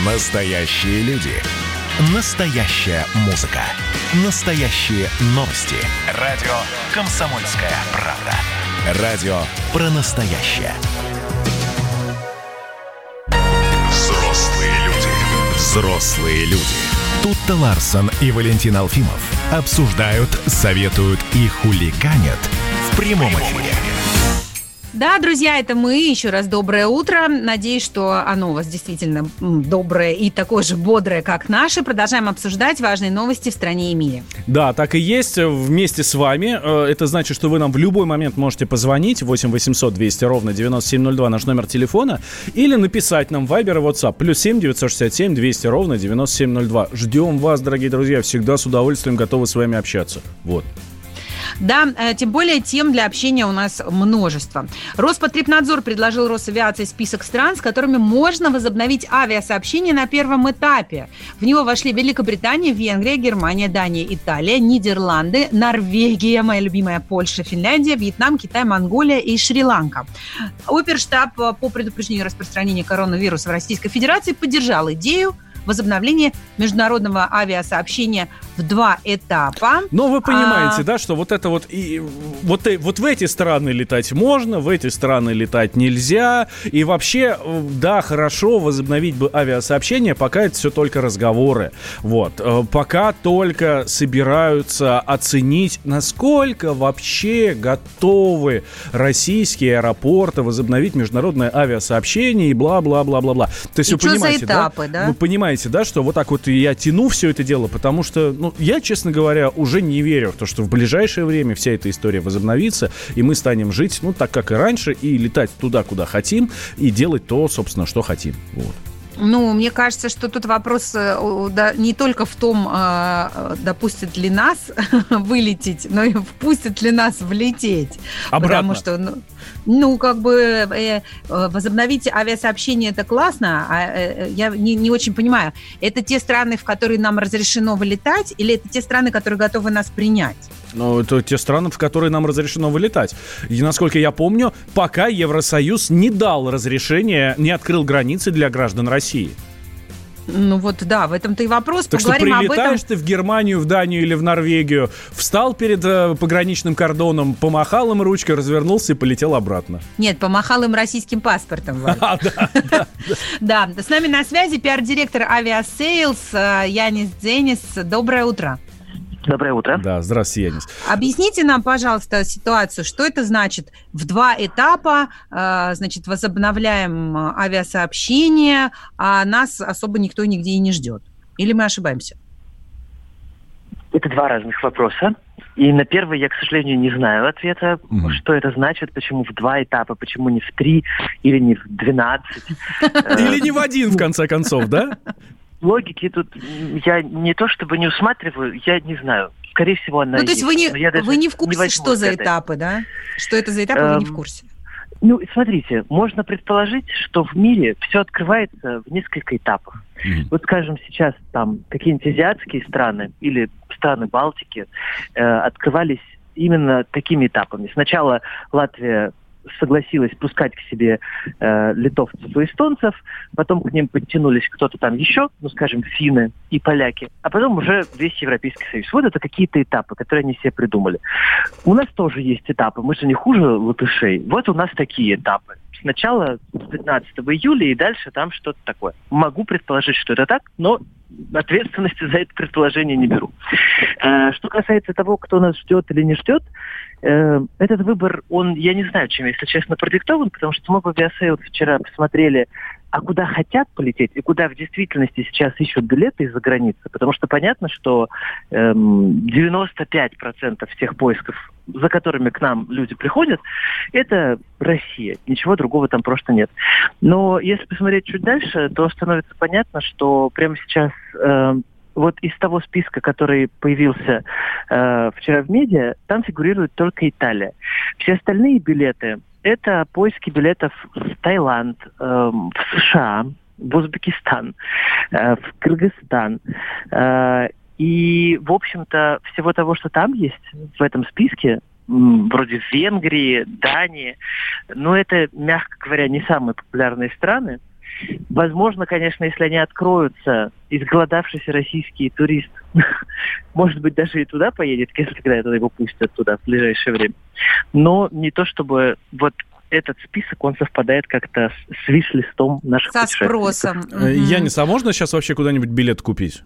Настоящие люди. Настоящая музыка. Настоящие новости. Радио «Комсомольская правда». Радио про настоящее. Взрослые люди. Взрослые люди. Тутта Ларсон и Валентин Алфимов обсуждают, советуют и хулиганят в прямом эфире. Да, друзья, это мы. Еще раз доброе утро. Надеюсь, что оно у вас действительно доброе и такое же бодрое, как наше. Продолжаем обсуждать важные новости в стране и мире. Да, так и есть. Вместе с вами. Это значит, что вы нам в любой момент можете позвонить. 8 800 200 ровно 9702 наш номер телефона. Или написать нам в Viber и WhatsApp. +7 967 200 ровно 9702. Ждем вас, дорогие друзья. Всегда с удовольствием готовы с вами общаться. Вот. Да, тем более тем для общения у нас множество. Роспотребнадзор предложил Росавиации список стран, с которыми можно возобновить авиасообщение на первом этапе. В него вошли Великобритания, Венгрия, Германия, Дания, Италия, Нидерланды, Норвегия, моя любимая Польша, Финляндия, Вьетнам, Китай, Монголия и Шри-Ланка. Оперштаб по предупреждению распространения коронавируса в Российской Федерации поддержал идею возобновление международного авиасообщения в 2 этапа. Но вы понимаете, да, что вот это вот в эти страны летать можно, в эти страны летать нельзя. И вообще, да, хорошо возобновить бы авиасообщение, пока это все только разговоры. Вот. Пока только собираются оценить, насколько вообще готовы российские аэропорты возобновить международное авиасообщение и бла-бла-бла-бла-бла. То есть и вы что понимаете, за этапы, да? Вы понимаете, да, что вот так вот я тяну все это дело, потому что, я, честно говоря, уже не верю в то, что в ближайшее время вся эта история возобновится, и мы станем жить, так, как и раньше, и летать туда, куда хотим, и делать то, собственно, что хотим. Вот. Мне кажется, что тут вопрос не только в том, допустят ли нас вылететь, но и впустят ли нас влететь. Обратно. Потому что, возобновить авиасообщение – это классно, а я не очень понимаю, это те страны, в которые нам разрешено вылетать, или это те страны, которые готовы нас принять? Это те страны, в которые нам разрешено вылетать. И, насколько я помню, пока Евросоюз не дал разрешения, не открыл границы для граждан России. В этом-то и вопрос. Так что прилетаешь ты в Германию, в Данию или в Норвегию, встал перед пограничным кордоном, помахал им ручкой, развернулся и полетел обратно. Нет, помахал им российским паспортом. Да, с нами на связи пиар-директор Авиасейлс Янис Дзенис. Доброе утро. Доброе утро. Да, здравствуйте, Янис. Объясните нам, пожалуйста, ситуацию. Что это значит? В 2 этапа, возобновляем авиасообщение, а нас особо никто нигде и не ждет. Или мы ошибаемся? Это 2 разных вопроса. И на первый я, к сожалению, не знаю ответа, что это значит, почему в 2 этапа, почему не в 3 или не в 12. Или не в 1, в конце концов, да? Логики тут я не то чтобы не усматриваю, я не знаю. Скорее всего, она есть. То есть вы не в курсе, что за этапы, да? Что это за этапы, вы не в курсе? Смотрите, можно предположить, что в мире все открывается в несколько этапов. Вот, скажем, сейчас там какие-нибудь азиатские страны или страны Балтики открывались именно такими этапами. Сначала Латвия согласилась пускать к себе литовцев и эстонцев, потом к ним подтянулись кто-то там еще, скажем, финны и поляки, а потом уже весь Европейский Союз. Вот это какие-то этапы, которые они себе придумали. У нас тоже есть этапы, мы же не хуже латышей. Вот у нас такие этапы. Сначала с 15 июля и дальше там что-то такое. Могу предположить, что это так, но ответственности за это предположение не беру. Что касается того, кто нас ждет или не ждет, этот выбор, я не знаю, чем, если честно, продиктован, потому что мы в Авиасейлс вчера посмотрели, а куда хотят полететь и куда в действительности сейчас ищут билеты из-за границы, потому что понятно, что 95% всех поисков, за которыми к нам люди приходят, это Россия. Ничего другого там просто нет. Но если посмотреть чуть дальше, то становится понятно, что прямо сейчас вот из того списка, который появился вчера в медиа, там фигурирует только Италия. Все остальные билеты – это поиски билетов в Таиланд, в США, в Узбекистан, в Кыргызстан. И, в общем-то, всего того, что там есть в этом списке, вроде Венгрии, Дании, это, мягко говоря, не самые популярные страны. Возможно, конечно, если они откроются, изголодавшийся российский турист, может быть, даже и туда поедет, если когда его пустят туда в ближайшее время. Но не то, чтобы вот этот список, он совпадает как-то с виш-листом наших путешественников. Со спросом. Янис, а можно сейчас вообще куда-нибудь билет купить?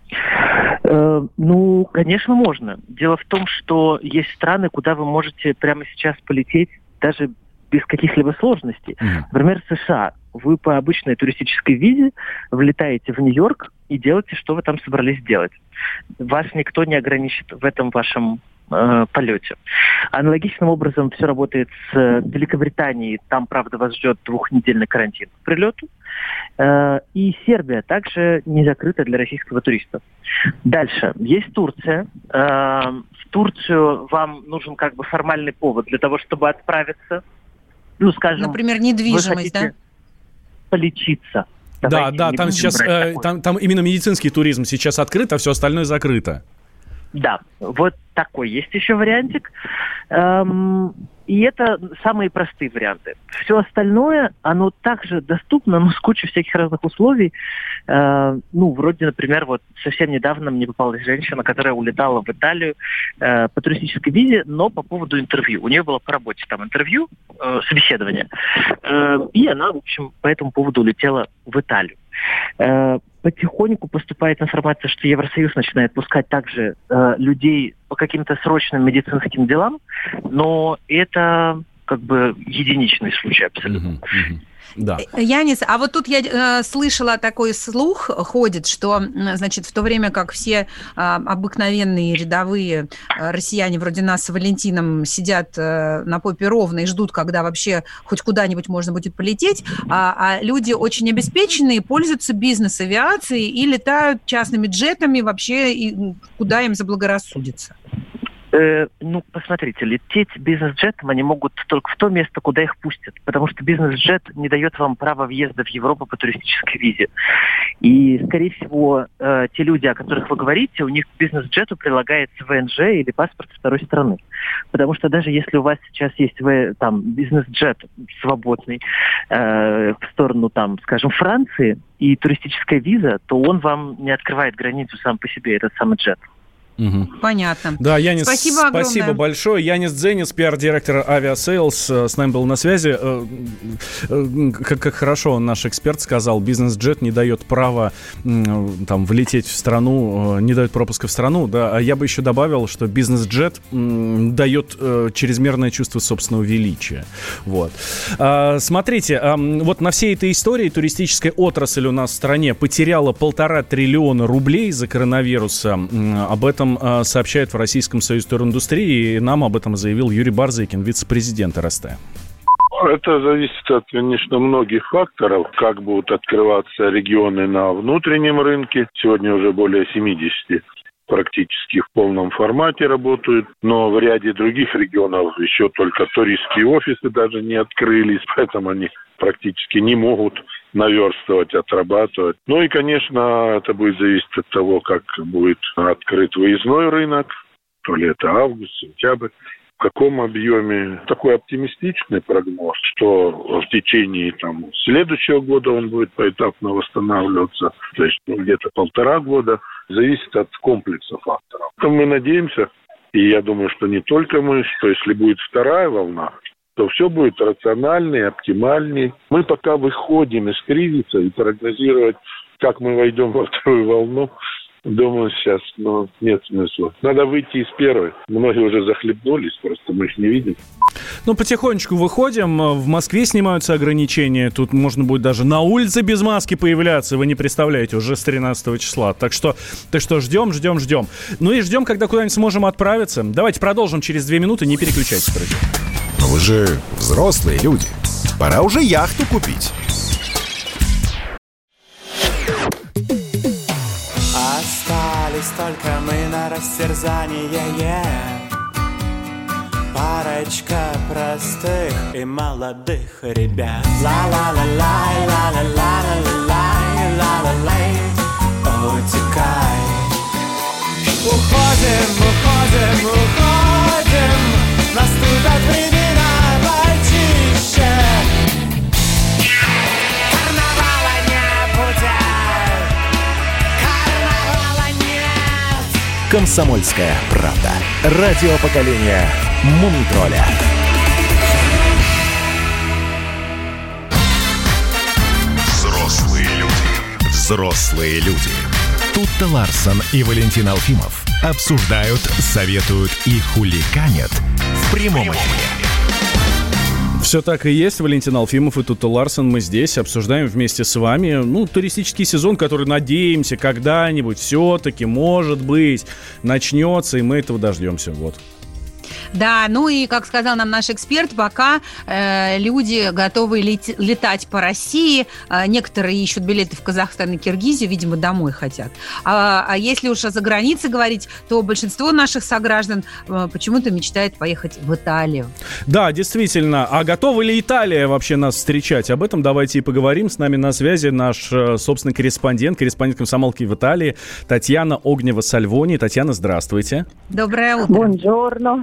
Ну, конечно, можно. Дело в том, что есть страны, куда вы можете прямо сейчас полететь даже без каких-либо сложностей. Например, США. Вы по обычной туристической визе влетаете в Нью-Йорк и делаете, что вы там собрались делать. Вас никто не ограничит в этом вашем полете. Аналогичным образом все работает с Великобританией. Там, правда, вас ждет 2-недельный карантин к прилету. И Сербия также не закрыта для российского туриста. Дальше. Есть Турция. В Турцию вам нужен как бы формальный повод для того, чтобы отправиться. Ну, скажем, например, недвижимость, да? Полечиться. Да, там сейчас там именно медицинский туризм сейчас открыт, а все остальное закрыто. Да, вот такой есть еще вариантик. И это самые простые варианты. Все остальное, оно также доступно, но с кучей всяких разных условий. Ну, вроде, например, вот совсем недавно мне попалась женщина, которая улетала в Италию по туристической визе, но по поводу интервью. У нее было по работе там интервью, собеседование. И она, в общем, по этому поводу улетела в Италию. Потихоньку поступает информация, что Евросоюз начинает пускать также людей по каким-то срочным медицинским делам, но это как бы единичный случай абсолютно. Да. Янис, а вот тут я слышала такой слух ходит, что, значит, в то время как все обыкновенные рядовые россияне вроде нас с Валентином сидят на попе ровно и ждут, когда вообще хоть куда-нибудь можно будет полететь, а люди очень обеспеченные пользуются бизнес-авиацией и летают частными джетами вообще, и куда им заблагорассудится. Ну, посмотрите, лететь бизнес-джетом они могут только в то место, куда их пустят, потому что бизнес-джет не дает вам права въезда в Европу по туристической визе. И, скорее всего, те люди, о которых вы говорите, у них к бизнес-джету прилагается ВНЖ или паспорт второй страны. Потому что даже если у вас сейчас есть там бизнес-джет свободный в сторону, там, скажем, Франции и туристическая виза, то он вам не открывает границу сам по себе, этот самый джет. Понятно. Да, Янис, спасибо большое. Янис Дзенис, пиар-директор Авиасейлс, с нами был на связи. Как хорошо наш эксперт сказал, бизнес-джет не дает права там влететь в страну, не дает пропуска в страну. Да, а я бы еще добавил, что бизнес-джет дает чрезмерное чувство собственного величия. Вот. Смотрите, вот на всей этой истории туристическая отрасль у нас в стране потеряла 1,5 триллиона рублей из-за коронавируса. Об этом сообщает в Российском союзе туриндустрии, и нам об этом заявил Юрий Барзыкин, вице-президент РСТ. Это зависит от, конечно, многих факторов, как будут открываться регионы на внутреннем рынке. Сегодня уже более 70 практически в полном формате работают, но в ряде других регионов еще только туристские офисы даже не открылись, поэтому они практически не могут наверстывать, отрабатывать. Ну и, конечно, это будет зависеть от того, как будет открыт выездной рынок, то ли это август, сентябрь, в каком объеме. Такой оптимистичный прогноз, что в течение следующего года он будет поэтапно восстанавливаться, то есть где-то 1,5 года, зависит от комплекса факторов. Мы надеемся, и я думаю, что не только мы, что если будет вторая волна, то все будет рациональнее, оптимальнее. Мы пока выходим из кризиса, и прогнозировать, как мы войдем во вторую волну, думаю, сейчас нет смысла. Надо выйти из первой. Многие уже захлебнулись, просто мы их не видим. Потихонечку выходим. В Москве снимаются ограничения. Тут можно будет даже на улице без маски появляться. Вы не представляете, уже с 13 числа. Так что ждем. Ну и ждем, когда куда-нибудь сможем отправиться. Давайте продолжим через 2 минуты. Не переключайтесь, друзья. Но вы же взрослые люди. Пора уже яхту купить. Остались только мы на растерзание. Парочка простых и молодых ребят. Ла-ла-ла-лай, ла-ла-ла-ла-ла-лай, ла-ла-лай, утекай. Уходим, наступят времена почище. Карнавал. «Комсомольская правда». Радио поколения Мумий-тролля. Взрослые люди. Тутта Ларсон и Валентин Алфимов обсуждают, советуют и хулиганят в прямом эфире. Все так и есть. Валентин Алфимов и Тутта Ларсон. Мы здесь обсуждаем вместе с вами, туристический сезон, который, надеемся, когда-нибудь все-таки, может быть, начнется, и мы этого дождемся. Вот. Да, и, как сказал нам наш эксперт, пока люди готовы летать по России, некоторые ищут билеты в Казахстан и Киргизию, видимо, домой хотят. А если уж за границей говорить, то большинство наших сограждан почему-то мечтает поехать в Италию. Да, действительно. А готова ли Италия вообще нас встречать? Об этом давайте и поговорим. С нами на связи наш собственный корреспондент комсомолки в Италии Татьяна Огнева-Сальвони. Татьяна, здравствуйте. Доброе утро. Бонджорно.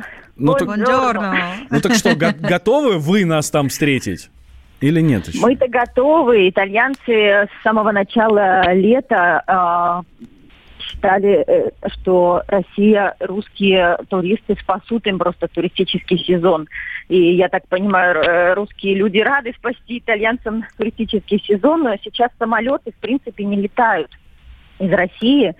Так что, готовы вы нас там встретить? Или нет еще? Мы-то готовы. Итальянцы с самого начала лета считали, что Россия, русские туристы спасут им просто туристический сезон. И я так понимаю, русские люди рады спасти итальянцам туристический сезон, но сейчас самолеты в принципе не летают из России.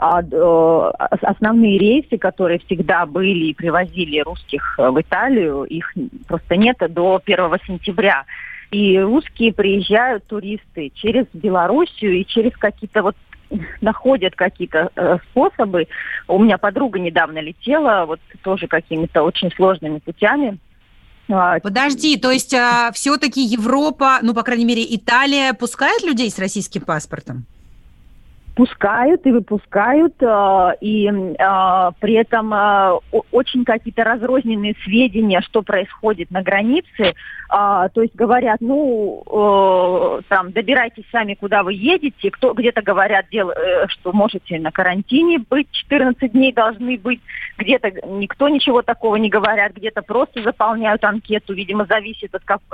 Основные рейсы, которые всегда были и привозили русских в Италию, их просто нет до 1 сентября. И русские приезжают, туристы, через Белоруссию и через какие-то находят какие-то способы. У меня подруга недавно летела, тоже какими-то очень сложными путями. Подожди, то есть все-таки Европа, по крайней мере Италия, пускает людей с российским паспортом? Пускают и выпускают, и при этом очень какие-то разрозненные сведения, что происходит на границе. То есть говорят, добирайтесь сами, куда вы едете. Где-то говорят, что можете на карантине быть, 14 дней должны быть. Где-то никто ничего такого не говорят, где-то просто заполняют анкету. Видимо, зависит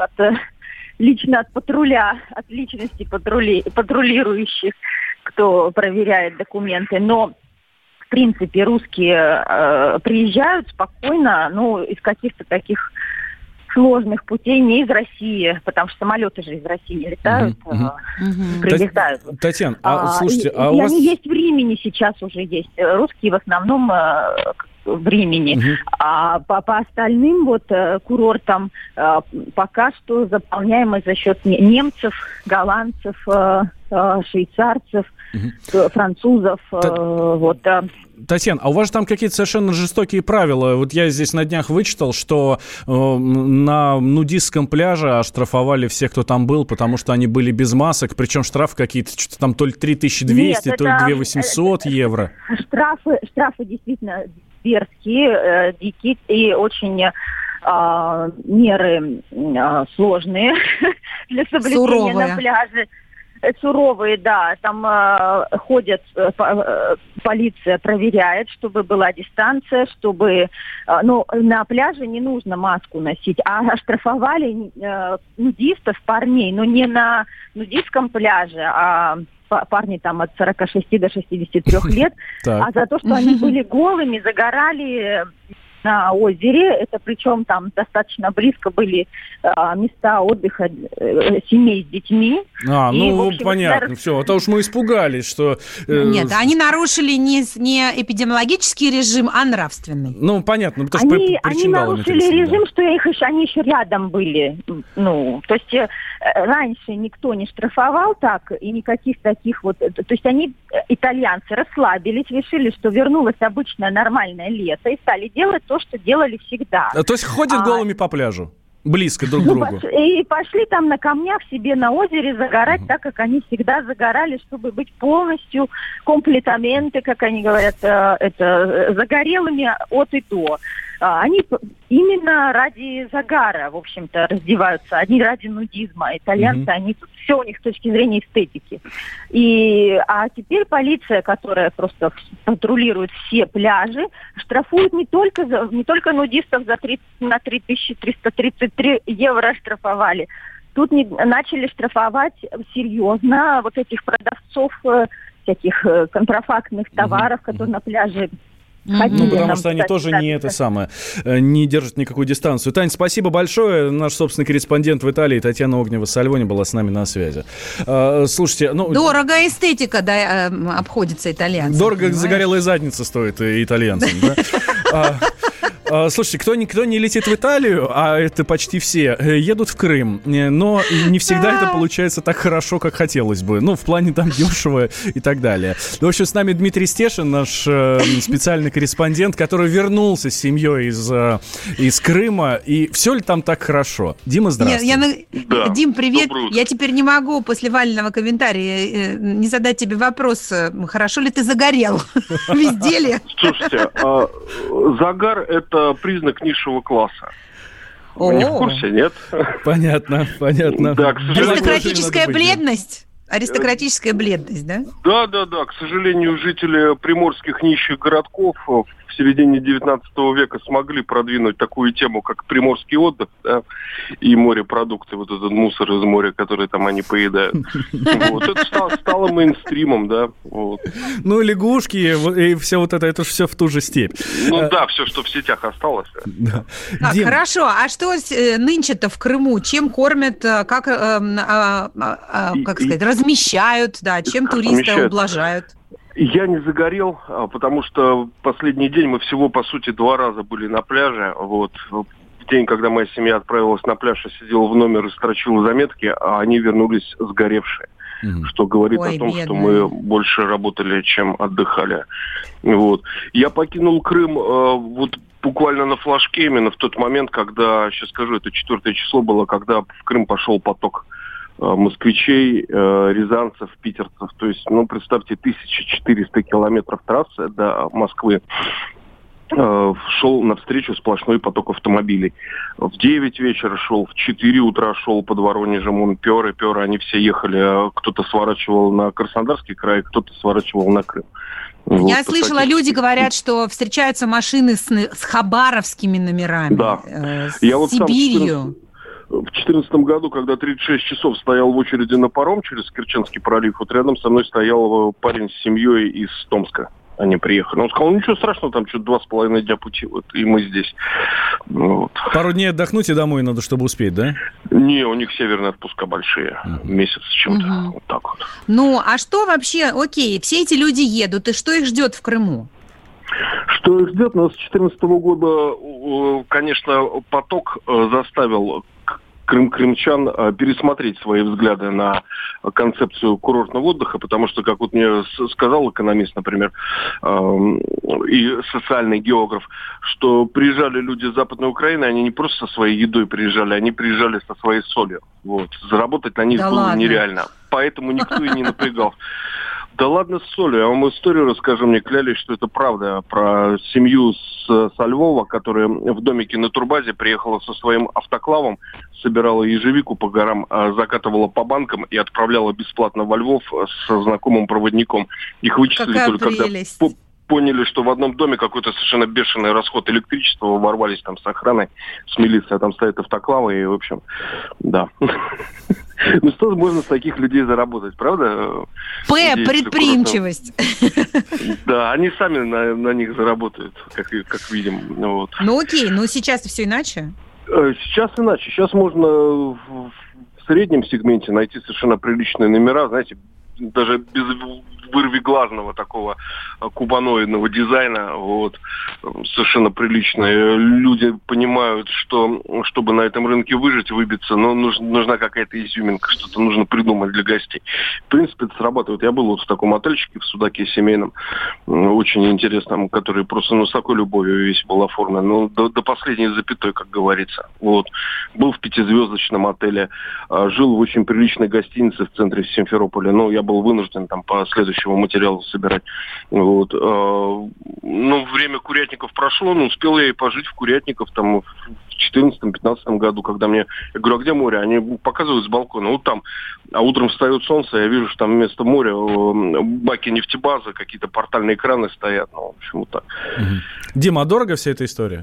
лично от патруля, от личности патрулирующих, кто проверяет документы. Но, в принципе, русские приезжают спокойно, из каких-то таких сложных путей, не из России, потому что самолеты же из России летают, прилетают. Татьяна, слушайте, у вас... они есть в Римени сейчас уже есть. Русские в основном в Римени. А по остальным курортам пока что заполняемость за счет немцев, голландцев, швейцарцев, французов. Татьяна, а у вас же там какие-то совершенно жестокие правила. Я здесь на днях вычитал, что на нудистском пляже оштрафовали всех, кто там был, потому что они были без масок, причем штрафы какие-то, что-то там то ли 3200, то ли 2800 евро. Штрафы действительно дерзкие, дикие и очень меры сложные для соблюдения на пляже. Суровые, да. Там ходят, полиция проверяет, чтобы была дистанция, чтобы... на пляже не нужно маску носить. А оштрафовали нудистов, парней, но не на нудистском пляже, а парни там от 46 до 63 лет, а за то, что они были голыми, загорали на озере, это причем там достаточно близко были места отдыха семей с детьми. Понятно, все, а то уж мы испугались, что... Нет, они нарушили не эпидемиологический режим, а нравственный. Понятно, потому что они нарушили режим, что они еще рядом были. То есть раньше никто не штрафовал так, и никаких таких то есть они, итальянцы, расслабились, решили, что вернулось обычное нормальное лето, и стали делать то, что делали всегда. То есть ходят голыми по пляжу? Близко друг к другу. И пошли там на камнях себе на озере загорать, так как они всегда загорали, чтобы быть полностью комплетаменты, как они говорят, загорелыми от и до. Они именно ради загара, в общем-то, раздеваются. Они ради нудизма. Итальянцы, они тут все у них с точки зрения эстетики. А теперь полиция, которая просто патрулирует все пляжи, штрафует не только нудистов на 3333 евро штрафовали. Тут начали штрафовать серьезно этих продавцов всяких контрафактных товаров, которые на пляже Ну, потому что они тоже не это самое, не держат никакую дистанцию. Тань, спасибо большое. Наш собственный корреспондент в Италии Татьяна Огнева-Сальвони была с нами на связи. Слушайте, ну... Дорого эстетика, да, обходится итальянцам. Дорого, понимаешь? Загорелая задница стоит итальянцам, да? Слушайте, кто не летит в Италию, а это почти все, едут в Крым, но не всегда это получается так хорошо, как хотелось бы. Ну, в плане там дешево и так далее. В общем, с нами Дмитрий Стешин, наш специальный корреспондент, который вернулся с семьей из Крыма. И все ли там так хорошо? Дима, здравствуй. Да. Дим, привет. Я теперь не могу после Валиного комментария не задать тебе вопрос, хорошо ли ты загорел? Везде ли? Слушайте, загар – это признак низшего класса. Вы не в курсе, нет? Понятно. Да, к сожалению, аристократическая бледность? Аристократическая бледность, да? Да. К сожалению, жители приморских нищих городков в середине 19 века смогли продвинуть такую тему, как приморский отдых, да, и морепродукты, вот этот мусор из моря, который там они поедают. Вот. Это стало мейнстримом, да. Вот. Ну, лягушки и все вот это же все в ту же степь. Ну да, все, что в сетях осталось. Да. Так, хорошо. А что нынче-то в Крыму? Чем кормят, как сказать, размещают, да, чем туриста ублажают? Я не загорел, потому что последний день мы всего, по сути, 2 раза были на пляже. Вот. В день, когда моя семья отправилась на пляж, я сидел в номер и строчил заметки, а они вернулись сгоревшие. Что говорит о том, что мы больше работали, чем отдыхали. Вот. Я покинул Крым вот буквально на флажке, именно в тот момент, когда, сейчас скажу, это 4 число было, когда в Крым пошел поток москвичей, рязанцев, питерцев. То есть, ну, представьте, 1400 километров трассы до Москвы. Шел навстречу сплошной поток автомобилей. В 9 вечера шел, в 4 утра шел под Воронежем, он пёр, они все ехали. Кто-то сворачивал на Краснодарский край, кто-то сворачивал на Крым. Вот, я слышала, люди говорят, что встречаются машины с хабаровскими номерами, да. С Сибирью. В 2014 году, когда 36 часов стоял в очереди на паром через Керченский пролив, вот рядом со мной стоял парень с семьей из Томска. Они приехали. Он сказал, ничего страшного, там что-то 2,5 дня пути, вот, и мы здесь. Вот. Пару дней отдохнуть и домой надо, чтобы успеть, да? Не, у них северные отпуска большие, месяц с чем-то, вот так вот. Ну, а что вообще, окей, все эти люди едут, и что их ждет в Крыму? Что их ждет? Нас с 2014 года, конечно, поток заставил крымчан пересмотреть свои взгляды на концепцию курортного отдыха, потому что, как вот мне сказал экономист, например, и социальный географ, что приезжали люди с Западной Украины, они не просто со своей едой приезжали, они приезжали со своей солью. Вот. Заработать на них было нереально. Поэтому никто и не напрягался. Да ладно с солью, я вам историю расскажу, мне клялись, что это правда, про семью со Львова, которая в домике на турбазе приехала со своим автоклавом, собирала ежевику по горам, закатывала по банкам и отправляла бесплатно во Львов со знакомым проводником. Их вычислили только когда поняли, что в одном доме какой-то совершенно бешеный расход электричества, ворвались там с охраной, с милицией, а там стоят автоклавы, и, в общем, да. Ну что можно с таких людей заработать, правда? Предприимчивость. Да, они сами на них заработают, как видим. Вот. Ну окей, но сейчас все иначе? Сейчас иначе. Сейчас можно в среднем сегменте найти совершенно приличные номера, знаете, даже без вырвиглазного такого кубаноидного дизайна, вот, совершенно приличные. Люди понимают, что чтобы на этом рынке выжить, выбиться, но нужна какая-то изюминка, что-то нужно придумать для гостей. В принципе, это срабатывает. Я был вот в таком отельчике в Судаке семейном, очень интересном, который просто с такой любовью весь был оформлен. До последней запятой, как говорится. Вот. Был в 5-звездочном отеле, жил в очень приличной гостинице в центре Симферополя, но я был вынужден там по следующему материала собирать. Вот. Время курятников прошло, но успел я и пожить в Курятниках там в 2014-2015 году, когда я говорю, а где море? Они показывают с балкона, вот там. А утром встает солнце, я вижу, что там вместо моря баки нефтебазы, какие-то портальные краны стоят. Ну, в общем, вот так. Дима, а дорого вся эта история?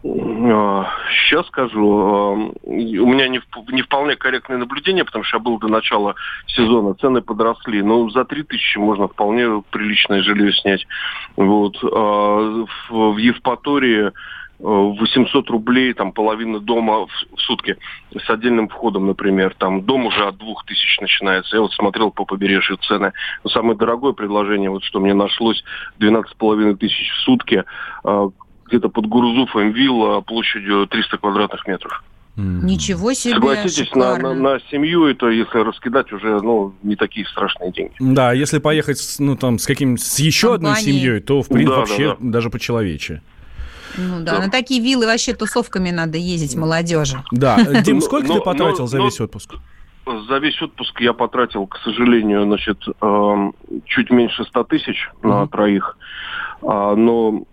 Сейчас скажу. У меня не вполне корректное наблюдение, потому что я был до начала сезона. Цены подросли. Но за 3000 можно вполне приличное жилье снять. Вот. В Евпатории 800 рублей, там половина дома в сутки с отдельным входом, например. Там дом уже от 2000 начинается. Я вот смотрел по побережью цены. Но самое дорогое предложение, вот что мне нашлось, 12,5 тысяч в сутки. Где-то под Гурзуфом вилла площадью 300 квадратных метров. Ничего себе, согласитесь, на семью это, если раскидать, уже не такие страшные деньги. Да, если поехать с еще одной семьей, то, в принципе, вообще даже по-человече. На такие виллы вообще тусовками надо ездить молодежи. Да. Дим, сколько ты потратил за весь отпуск? За весь отпуск я потратил, к сожалению, чуть меньше 100 тысяч на троих. Но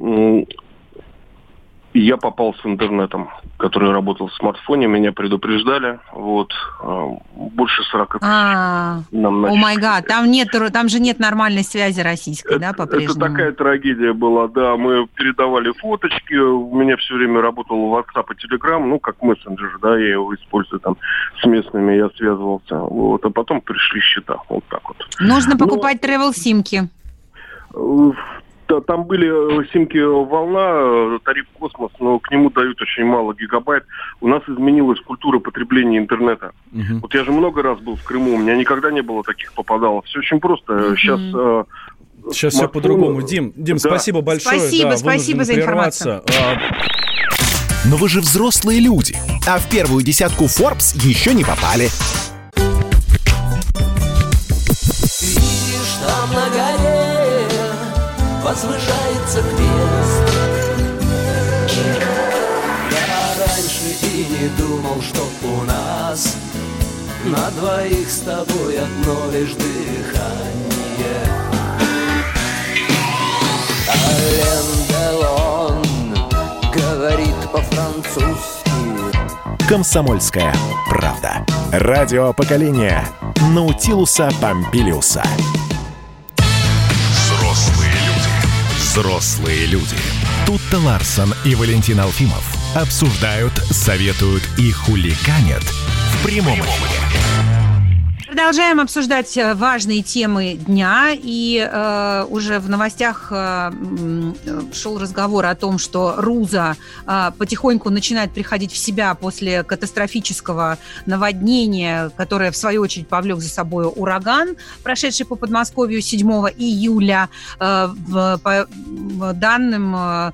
я попал с интернетом, который работал в смартфоне, меня предупреждали, больше 40 тысяч. О май гад, там же нет нормальной связи российской, да, по-прежнему? Это такая трагедия была, да, мы передавали фоточки, у меня все время работал WhatsApp и Telegram, как мессенджер, да, я его использую там с местными, я связывался, а потом пришли счета, вот так вот. Нужно покупать travel-симки. Там были симки «Волна», тариф «Космос», но к нему дают очень мало гигабайт. У нас изменилась культура потребления интернета. Вот я же много раз был в Крыму, у меня никогда не было таких попадалов. Все очень просто. Сейчас все по-другому. Дим, да. Спасибо большое. Спасибо за информацию. Но вы же взрослые люди, а в первую десятку Forbes еще не попали. Видишь, там на горе возвышается крест. Я раньше и не думал, что у нас на двоих с тобой одно лишь дыхание. Ален Делон говорит по-французски. «Комсомольская правда». Радио поколения Наутилуса Помпилиуса. Взрослые люди. Тутта Ларсон и Валентин Алфимов обсуждают, советуют и хулиганят в прямом эфире. Продолжаем обсуждать важные темы дня, и уже в новостях шел разговор о том, что Руза потихоньку начинает приходить в себя после катастрофического наводнения, которое, в свою очередь, повлек за собой ураган, прошедший по Подмосковью 7 июля. По данным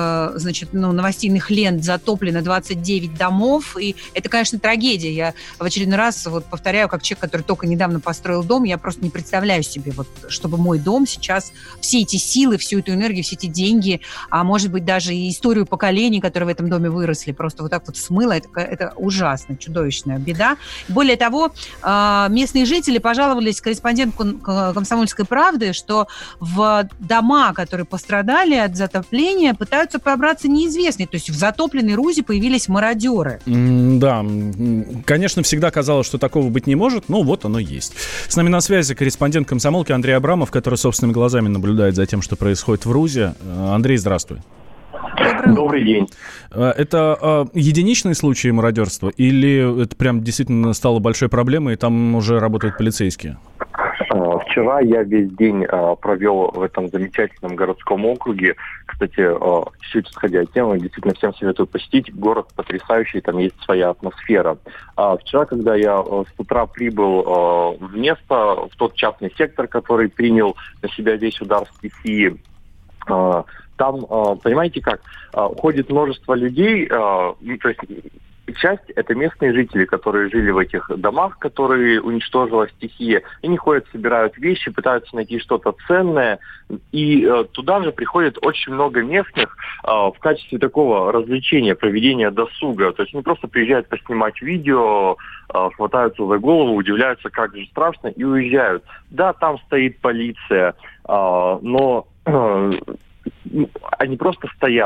новостейных лент затоплено 29 домов, и это, конечно, трагедия. Я в очередной раз повторяю, как человек, который только недавно построил дом, я просто не представляю себе, чтобы мой дом сейчас, все эти силы, всю эту энергию, все эти деньги, а может быть даже и историю поколений, которые в этом доме выросли, просто вот так вот смыло. Это ужасно, чудовищная беда. Более того, местные жители пожаловались корреспонденту «Комсомольской правды», что в дома, которые пострадали от затопления, пытаются пробраться неизвестные. То есть в затопленной Рузе появились мародеры. Да, конечно, всегда казалось, что такого быть не может, но вот оно есть. С нами на связи корреспондент «Комсомолки» Андрей Абрамов, который собственными глазами наблюдает за тем, что происходит в Рузе. Андрей, здравствуй. Добрый день. Это единичные случаи мародерства или это прям действительно стало большой проблемой, и там уже работают полицейские? Вчера я весь день провел в этом замечательном городском округе. Кстати, чуть исходя от темы, действительно всем советую посетить. Город потрясающий, там есть своя атмосфера. Вчера, когда я с утра прибыл в место, в тот частный сектор, который принял на себя весь удар стихии, там, понимаете как, ходит множество людей, то есть часть – это местные жители, которые жили в этих домах, которые уничтожила стихия. Они ходят, собирают вещи, пытаются найти что-то ценное. И туда же приходит очень много местных в качестве такого развлечения, проведения досуга. То есть они просто приезжают поснимать видео, хватаются за голову, удивляются, как же страшно, и уезжают. Да, там стоит полиция, но они просто стоят.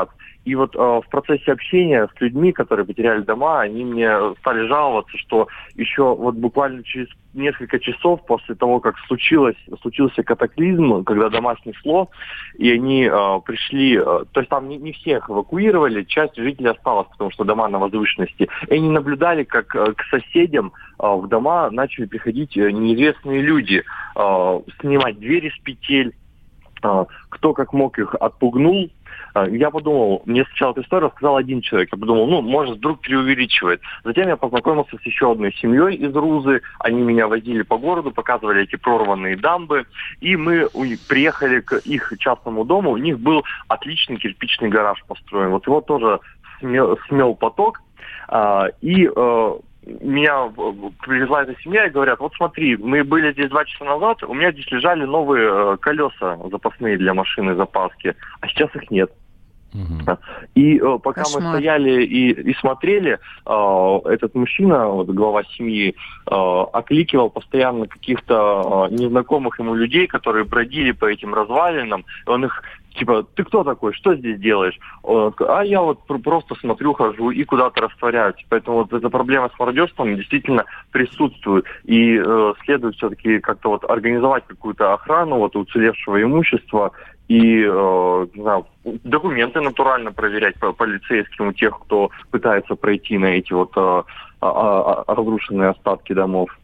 И вот в процессе общения с людьми, которые потеряли дома, они мне стали жаловаться, что еще вот буквально через несколько часов после того, как случился катаклизм, когда дома снесло, и они пришли, то есть там не всех эвакуировали, часть жителей осталась, потому что дома на возвышенности, и они наблюдали, как к соседям в дома начали приходить неизвестные люди, снимать двери с петель, кто как мог их отпугнул. Я подумал, мне сначала эту историю рассказал один человек. Я подумал, может, вдруг преувеличивает. Затем я познакомился с еще одной семьей из Рузы. Они меня возили по городу, показывали эти прорванные дамбы. И мы приехали к их частному дому. У них был отличный кирпичный гараж построен. Вот его тоже смел поток. И меня привезла эта семья и говорят, вот смотри, мы были здесь 2 часа назад, у меня здесь лежали новые колеса запасные для машины запаски, а сейчас их нет. И пока мы стояли и смотрели, этот мужчина, вот, глава семьи, окликивал постоянно каких-то незнакомых ему людей, которые бродили по этим развалинам, и он их типа, ты кто такой, что здесь делаешь? А я вот просто смотрю, хожу и куда-то растворяюсь. Поэтому вот эта проблема с мародерством действительно присутствует. И следует все-таки как-то вот организовать какую-то охрану вот уцелевшего имущества и не знаю, документы натурально проверять по полицейским у тех, кто пытается пройти на эти вот разрушенные остатки домов.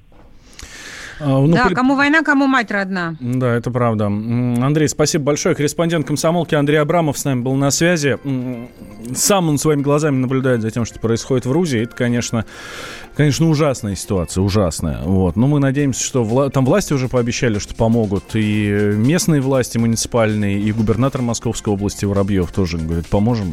Кому война, кому мать родна. Да, это правда. Андрей, спасибо большое. Корреспондент «Комсомолки» Андрей Абрамов с нами был на связи. Сам он своими глазами наблюдает за тем, что происходит в Рузе. Это, конечно, ужасная ситуация, ужасная. Вот. Но мы надеемся, что там власти уже пообещали, что помогут. И местные власти муниципальные, и губернатор Московской области Воробьев тоже говорит, поможем.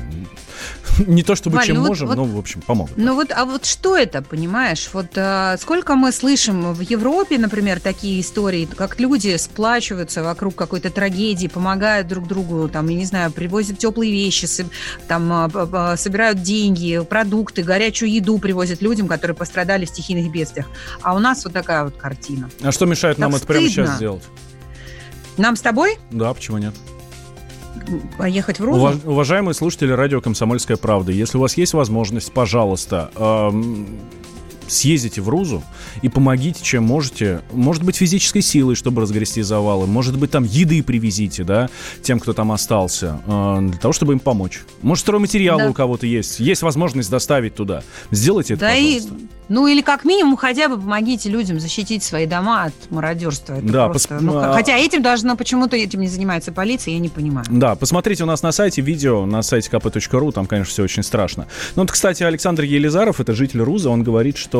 Не то чтобы Валь, можем, но, в общем, помогут. А вот что это, понимаешь? Вот сколько мы слышим в Европе, например, такие истории, как люди сплачиваются вокруг какой-то трагедии, помогают друг другу, там, я не знаю, привозят теплые вещи, там, собирают деньги, продукты, горячую еду привозят людям, которые пострадали в стихийных бедствиях. А у нас вот такая вот картина. А что мешает нам это прямо сейчас сделать? Нам с тобой? Да, почему нет? Поехать в Рузу? Уважаемые слушатели радио «Комсомольская правда», если у вас есть возможность, пожалуйста, съездите в Рузу и помогите, чем можете. Может быть, физической силой, чтобы разгрести завалы. Может быть, там еды привезите, да, тем, кто там остался, для того, чтобы им помочь. Может, стройматериалы у кого-то есть. Есть возможность доставить туда. Сделайте это, пожалуйста. Или как минимум хотя бы помогите людям защитить свои дома от мародерства. Это просто, хотя почему-то этим не занимается полиция, я не понимаю. Да, посмотрите у нас на сайте видео, на сайте kp.ru, там, конечно, все очень страшно. Кстати, Александр Елизаров, это житель Рузы, он говорит, что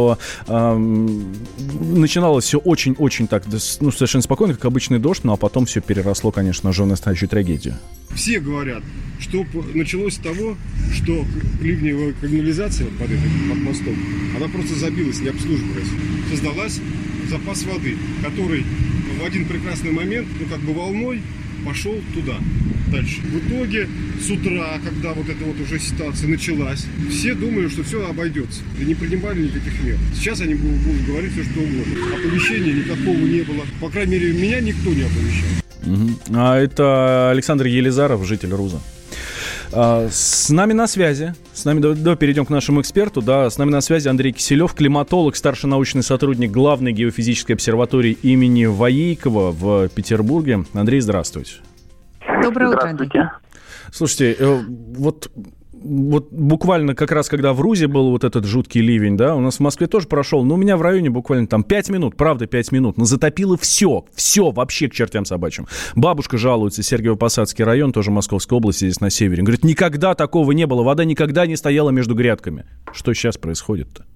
начиналось все очень-очень так, совершенно спокойно, как обычный дождь, а потом все переросло, конечно же, в настоящую трагедию. Все говорят, что началось с того, что ливневая канализация под мостом, она просто забилась, не обслуживалась. Создалась запас воды, который в один прекрасный момент, волной пошел туда, дальше. В итоге, с утра, когда вот эта вот уже ситуация началась, все думали, что все обойдется. И не принимали никаких мер. Сейчас они будут говорить все, что угодно. Оповещения никакого не было. По крайней мере, меня никто не оповещал. А это Александр Елизаров, житель Руза. С нами на связи, перейдем к нашему эксперту, с нами на связи Андрей Киселев, климатолог, старший научный сотрудник главной геофизической обсерватории имени Воейкова в Петербурге. Андрей, здравствуйте. Доброе утро, Андрей. Слушайте, вот буквально как раз, когда в Рузе был вот этот жуткий ливень, у нас в Москве тоже прошел, но у меня в районе буквально там 5 минут, правда 5 минут, но затопило все вообще к чертям собачьим. Бабушка жалуется, Сергиево-Посадский район, тоже Московской области, здесь на севере. Говорит, никогда такого не было, вода никогда не стояла между грядками. Что сейчас происходит-то?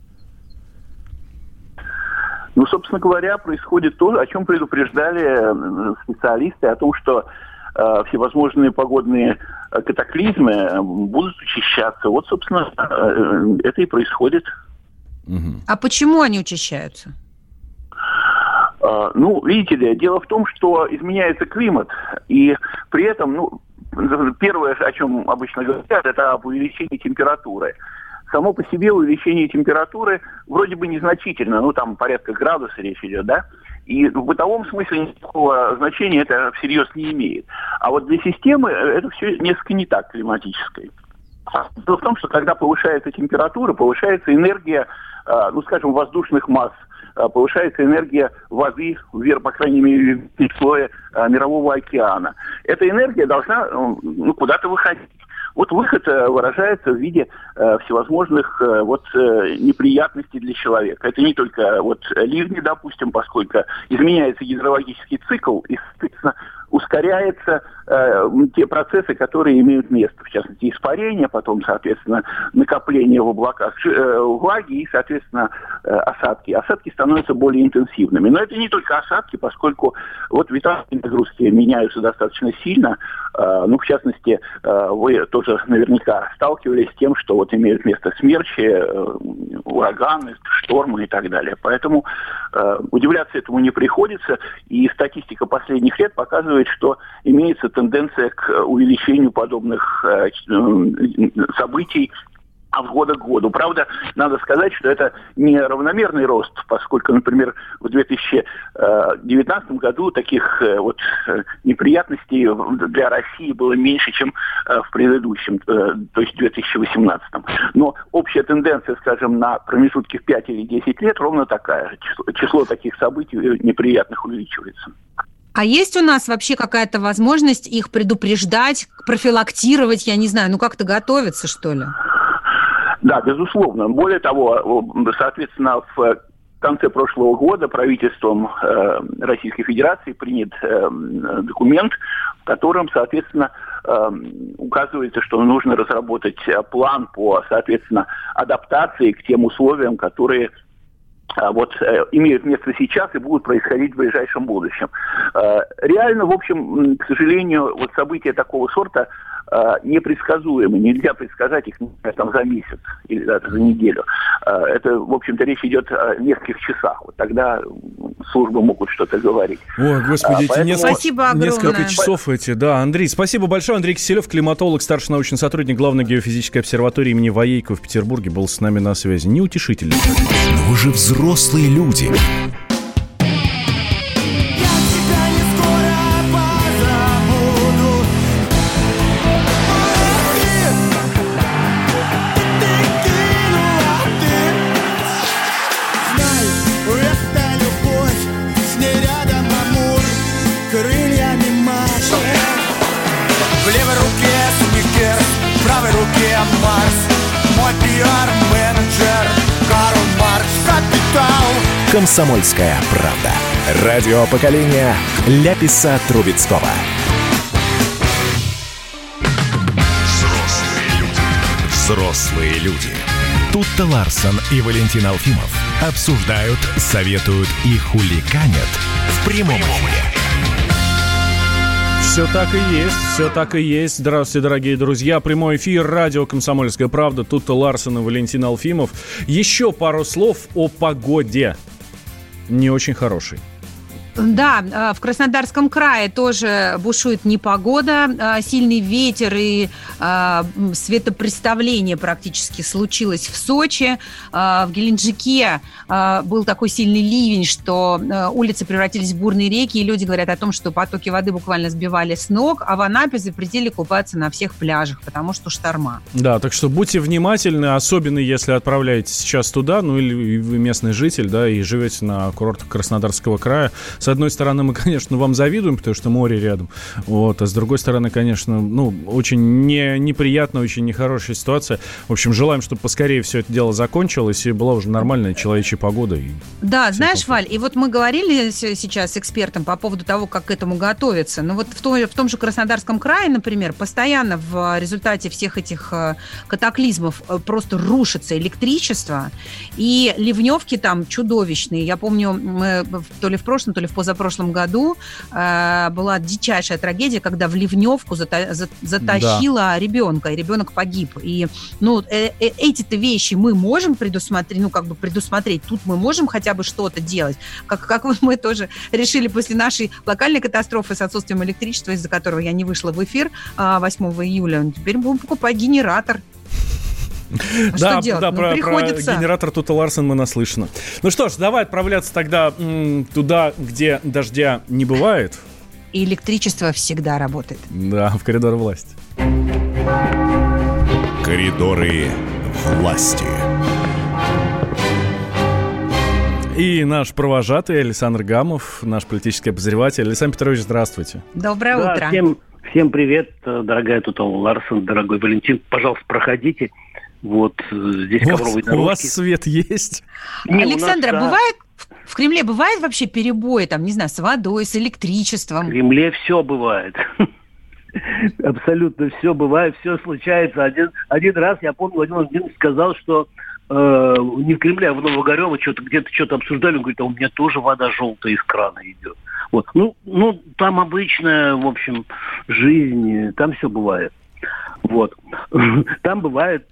Собственно говоря, происходит то, о чем предупреждали специалисты, о том, что всевозможные погодные катаклизмы будут учащаться. Вот, собственно, это и происходит. А почему они учащаются? Видите ли, дело в том, что изменяется климат, и при этом, первое, о чем обычно говорят, это об увеличении температуры. само по себе увеличение температуры вроде бы незначительно, ну там порядка градуса речь идет, да? И в бытовом смысле никакого значения это всерьез не имеет. А вот для системы это все несколько не так климатическое. Дело в том, что когда повышается температура, повышается энергия, ну скажем, воздушных масс, повышается энергия воды, вверх, по крайней мере, в слое мирового океана. Эта энергия должна куда-то выходить. Вот выход выражается в виде всевозможных неприятностей для человека. Это не только ливни, допустим, поскольку изменяется гидрологический цикл и, соответственно, ускоряются те процессы, которые имеют место. В частности, испарение, потом, соответственно, накопление в облаках влаги и, соответственно, осадки. Осадки становятся более интенсивными. Но это не только осадки, поскольку ветровые нагрузки меняются достаточно сильно. В частности, вы тоже наверняка сталкивались с тем, что имеют место смерчи, ураганы, штормы и так далее. Поэтому удивляться этому не приходится. И статистика последних лет показывает, что имеется тенденция к увеличению подобных событий от года к году. Правда, надо сказать, что это не равномерный рост, поскольку, например, в 2019 году таких неприятностей для России было меньше, чем в предыдущем, то есть в 2018. Но общая тенденция, скажем, на промежутке в 5 или 10 лет ровно такая. Число таких событий неприятных увеличивается. А есть у нас вообще какая-то возможность их предупреждать, профилактировать, я не знаю, как-то готовиться, что ли? Да, безусловно. Более того, соответственно, в конце прошлого года правительством Российской Федерации принят документ, в котором, соответственно, указывается, что нужно разработать план по, соответственно, адаптации к тем условиям, которые имеют место сейчас и будут происходить в ближайшем будущем. Реально, в общем, к сожалению, события такого сорта непредсказуемы. Нельзя предсказать их, например, за месяц или даже за неделю. Это, в общем-то, речь идет о нескольких часах. Тогда службы могут что-то говорить. Ой, господи, Спасибо несколько часов эти. Да, Андрей, спасибо большое. Андрей Киселев, климатолог, старший научный сотрудник Главной геофизической обсерватории имени Воейкова в Петербурге, был с нами на связи. Неутешительно. Но вы же взрослые люди. «Комсомольская правда». Радио поколения Ляписа Трубецкого. Взрослые люди. Тутта Ларсон и Валентин Алфимов обсуждают, советуют и хуликанят в прямом эфире. Все так и есть. Здравствуйте, дорогие друзья. Прямой эфир, радио «Комсомольская правда». Тутта Ларсон и Валентин Алфимов. Еще пару слов о погоде. Не очень хороший. Да, в Краснодарском крае тоже бушует непогода, сильный ветер и светопреставление практически случилось в Сочи. В Геленджике был такой сильный ливень, что улицы превратились в бурные реки, и люди говорят о том, что потоки воды буквально сбивали с ног, а в Анапе запретили купаться на всех пляжах, потому что шторма. Да, так что будьте внимательны, особенно если отправляетесь сейчас туда, или вы местный житель, да, и живете на курортах Краснодарского края. С одной стороны, мы, конечно, вам завидуем, потому что море рядом, а с другой стороны, конечно, очень неприятная, очень нехорошая ситуация. В общем, желаем, чтобы поскорее все это дело закончилось и была уже нормальная человечья погода. Да, знаешь, Валь, и мы говорили сейчас с экспертом по поводу того, как к этому готовиться. Но в том же Краснодарском крае, например, постоянно в результате всех этих катаклизмов просто рушится электричество, и ливневки там чудовищные. Я помню, мы то ли в прошлом, то ли в позапрошлом году была дичайшая трагедия, когда в ливневку затащила ребенка, и ребенок погиб. И эти-то вещи мы можем предусмотреть. Тут мы можем хотя бы что-то делать. Как мы тоже решили после нашей локальной катастрофы с отсутствием электричества, из-за которого я не вышла в эфир 8 июля. Теперь будем покупать генератор. Что делать? Про приходится. генератор Тута Ларсен наслышаны. Ну что ж, давай отправляться тогда туда, где дождя не бывает. И электричество всегда работает. Да, в коридор власти. Коридоры власти. И наш провожатый Александр Гамов, наш политический обозреватель. Александр Петрович, здравствуйте. Доброе утро. Всем привет, дорогая Тута Ларсен, дорогой Валентин. Пожалуйста, проходите. Вот здесь ковровые дорожки. У вас свет есть? Александр, бывает в Кремле бывает вообще перебои, там, не знаю, с водой, с электричеством? В Кремле все бывает. Абсолютно все бывает, все случается. Один раз, я помню, Владимир Владимирович сказал, что не в Кремле, а в Новогорево где-то что-то обсуждали. Он говорит, а у меня тоже вода желтая из крана идет. Вот. Ну, там обычная, в общем, жизнь, там все бывает. Вот. Там бывает,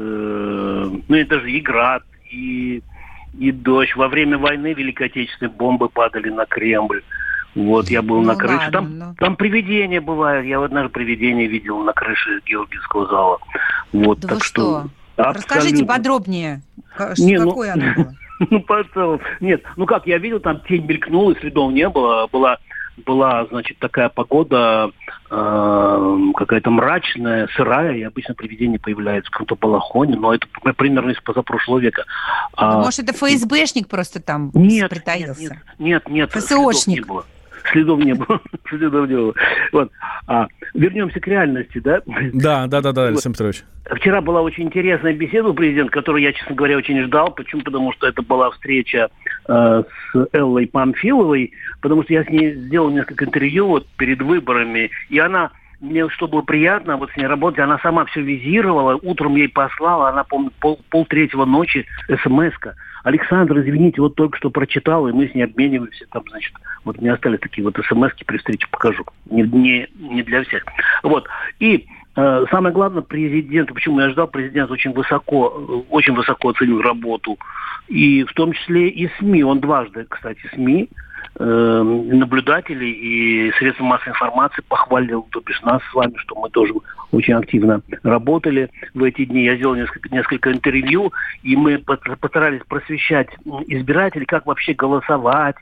это же и град, и дождь. Во время войны Великой Отечественной бомбы падали на Кремль. Вот, я был на крыше. Там привидения бывают. Я однажды привидение видел на крыше Георгиевского зала. Вот, да так вы что? Расскажите подробнее, какое оно было. Потом. Нет, как, я видел, там тень мелькнула, следов не было. Была, значит, такая погода какая-то мрачная, сырая, и обычно привидение появляется в каком-то балахоне, но это примерно из позапрошлого века. Может, это ФСБшник просто там притаился? Нет, ФСОшник. Следов не было. Вот. Вернемся к реальности, да? Да, Александр Петрович. Вчера была очень интересная беседа у президента, которую я, честно говоря, очень ждал. Почему? Потому что это была встреча с Эллой Памфиловой, потому что я с ней сделал несколько интервью вот перед выборами, и мне что было приятно вот с ней работать, она сама все визировала, утром ей послала, она, помню, пол-третьего ночи смс-ка. Александр, извините, вот только что прочитал, и мы с ней обмениваемся. Там, значит, вот мне остались такие вот смс-ки при встрече, покажу. Не для всех. Вот. И самое главное, президент, почему я ждал, президент очень высоко оценил работу, и в том числе и СМИ. Он дважды, кстати, СМИ, наблюдателей и средства массовой информации похвалил, то бишь нас с вами, что мы тоже очень активно работали в эти дни. Я сделал несколько интервью, и мы постарались просвещать избирателей, как вообще голосовать,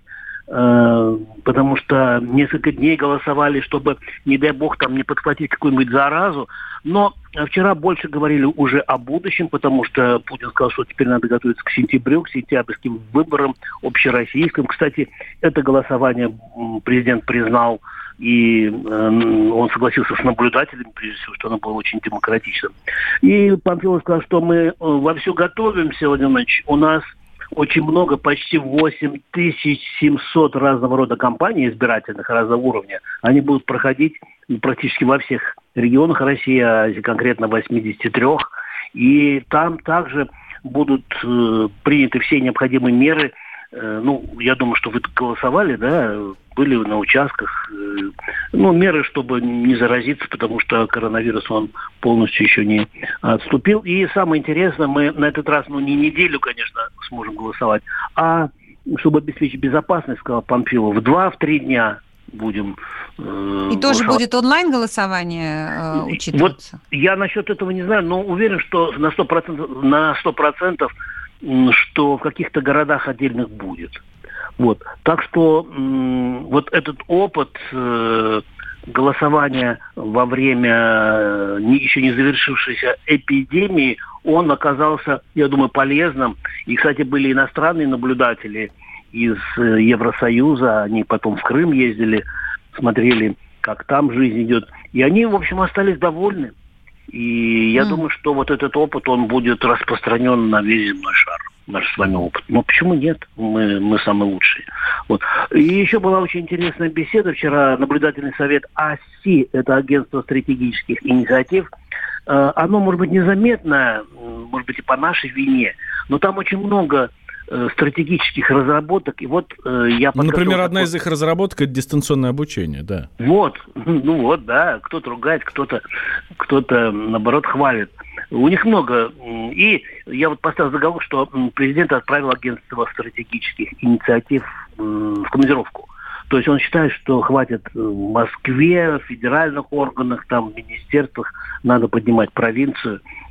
потому что несколько дней голосовали, чтобы, не дай бог, там не подхватить какую-нибудь заразу. Но вчера больше говорили уже о будущем, потому что Путин сказал, что теперь надо готовиться к сентябрю, к сентябрьским выборам общероссийским. Кстати, это голосование президент признал, и он согласился с наблюдателями, прежде всего, что оно было очень демократичным. И Памфилов сказал, что мы вовсю готовимся, Владимир Владимирович. У нас очень много, почти 8700 разного рода кампаний избирательных разного уровня. Они будут проходить практически во всех регионах России, а конкретно 83. И там также будут приняты все необходимые меры. Я думаю, что вы голосовали, да, были на участках. Меры, чтобы не заразиться, потому что коронавирус, он полностью еще не отступил. И самое интересное, мы на этот раз, не неделю, конечно, сможем голосовать, а чтобы обеспечить безопасность, сказал Памфилов, в 2-3 дня будем И тоже будет онлайн-голосование учитываться? Вот я насчет этого не знаю, но уверен, что на 100%, что в каких-то городах отдельных будет. Вот. Так что вот этот опыт голосования во время еще не завершившейся эпидемии, он оказался, я думаю, полезным. И, кстати, были иностранные наблюдатели из Евросоюза, они потом в Крым ездили, смотрели, как там жизнь идет. И они, в общем, остались довольны. И я думаю, что вот этот опыт, он будет распространен на весь земной шар. Наш с вами опыт. Но почему нет? Мы самые лучшие. Вот. И еще была очень интересная беседа. Вчера наблюдательный совет АСИ, это Агентство стратегических инициатив, оно, может быть, незаметно, может быть, и по нашей вине, но там очень много стратегических разработок. И вот я например, одна из их разработок — это дистанционное обучение, да. Вот, да. Кто-то ругает, кто-то, наоборот, хвалит. У них много. И я вот поставил заголовок, что президент отправил агентство стратегических инициатив в командировку. То есть он считает, что хватит в Москве, в федеральных органах, там, в министерствах, надо поднимать провинцию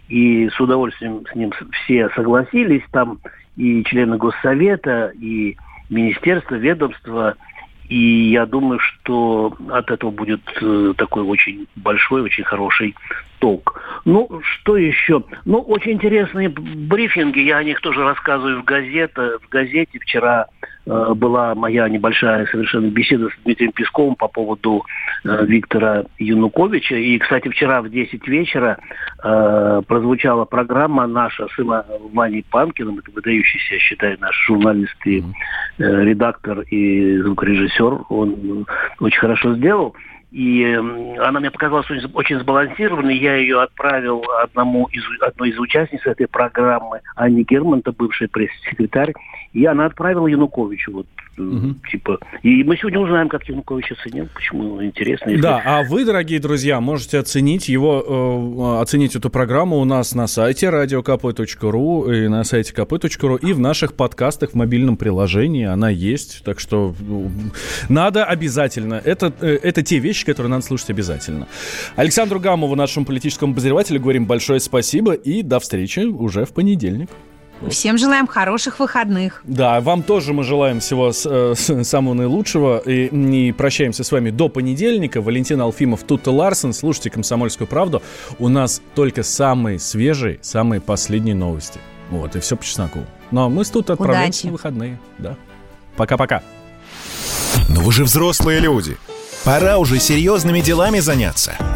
и с удовольствием с ним все согласились, там и члены Госсовета, и министерства, ведомства, и я думаю, что от этого будет такой очень большой, очень хороший толк. Ну, что еще? Ну, очень интересные брифинги, я о них тоже рассказываю в газете. Вчера была моя небольшая совершенно беседа с Дмитрием Песковым по поводу Виктора Януковича. И, кстати, вчера в 10 вечера прозвучала программа наша с Ваней Панкиным, это выдающийся, я считаю, наш журналист и редактор и звукорежиссер. Он очень хорошо сделал. И она мне показалась очень сбалансированной. Я ее отправил одной из участниц этой программы, Анне Германта, бывшая пресс-секретарь. И она отправила Януковичу. И мы сегодня узнаем, как Янукович оценил, почему интересно. Да, а вы, дорогие друзья, можете оценить эту программу у нас на сайте radiokp.ru и на сайте kp.ru и в наших подкастах в мобильном приложении. Она есть, так что надо обязательно. Это те вещи, которые надо слушать обязательно. Александру Гамову, нашему политическому обозревателю, говорим большое спасибо и до встречи уже в понедельник. Всем желаем хороших выходных. Да, вам тоже мы желаем всего самого наилучшего. И не прощаемся с вами до понедельника. Валентин Алфимов, Тутта Ларсен. Слушайте «Комсомольскую правду». У нас только самые свежие, самые последние новости. Вот, и все по чесноку. Ну, а мы с Туттой отправляемся на выходные. Да. Пока-пока. Но вы же взрослые люди. Пора уже серьезными делами заняться.